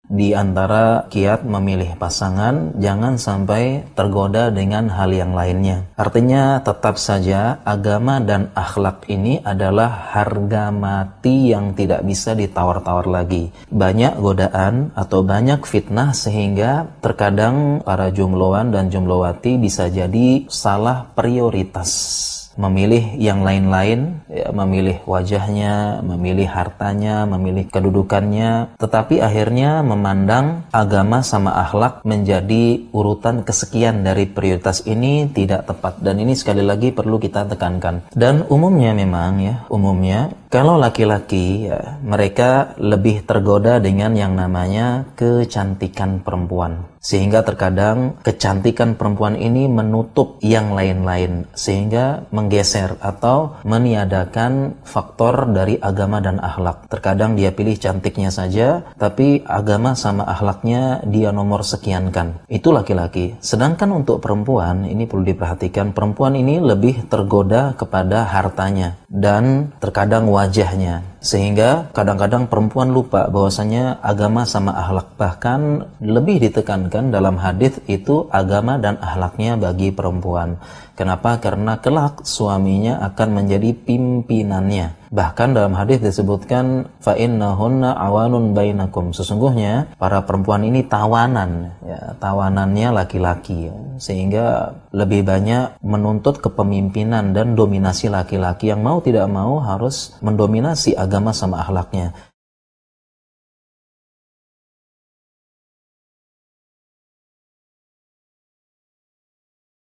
di antara kiat memilih pasangan, jangan sampai tergoda dengan hal yang lainnya. Artinya tetap saja agama dan akhlak ini adalah harga mati yang tidak bisa ditawar-tawar lagi. Banyak godaan atau banyak fitnah sehingga terkadang para jombloan dan jomblowati bisa jadi salah prioritas. Memilih yang lain-lain, ya, memilih wajahnya, memilih hartanya, memilih kedudukannya, tetapi akhirnya memandang agama sama akhlak menjadi urutan kesekian dari prioritas ini tidak tepat. Dan ini sekali lagi perlu kita tekankan. Dan umumnya memang ya, kalau laki-laki ya, mereka lebih tergoda dengan yang namanya kecantikan perempuan. Sehingga terkadang kecantikan perempuan ini menutup yang lain-lain, sehingga menggeser atau meniadakan faktor dari agama dan akhlak. Terkadang dia pilih cantiknya saja, tapi agama sama akhlaknya dia nomor sekiankan. Itu laki-laki. Sedangkan untuk perempuan, ini perlu diperhatikan, perempuan ini lebih tergoda kepada hartanya dan terkadang wajahnya. Sehingga kadang-kadang perempuan lupa bahwasanya agama sama akhlak. Bahkan lebih ditekankan dalam hadis itu agama dan akhlaknya bagi perempuan. Kenapa? Karena kelak suaminya akan menjadi pimpinannya. Bahkan dalam hadis disebutkan fa innahunna awanun bainakum. Sesungguhnya para perempuan ini tawanan, ya, tawanannya laki-laki, ya. Sehingga lebih banyak menuntut kepemimpinan dan dominasi laki-laki yang mau tidak mau harus mendominasi agama sama akhlaknya.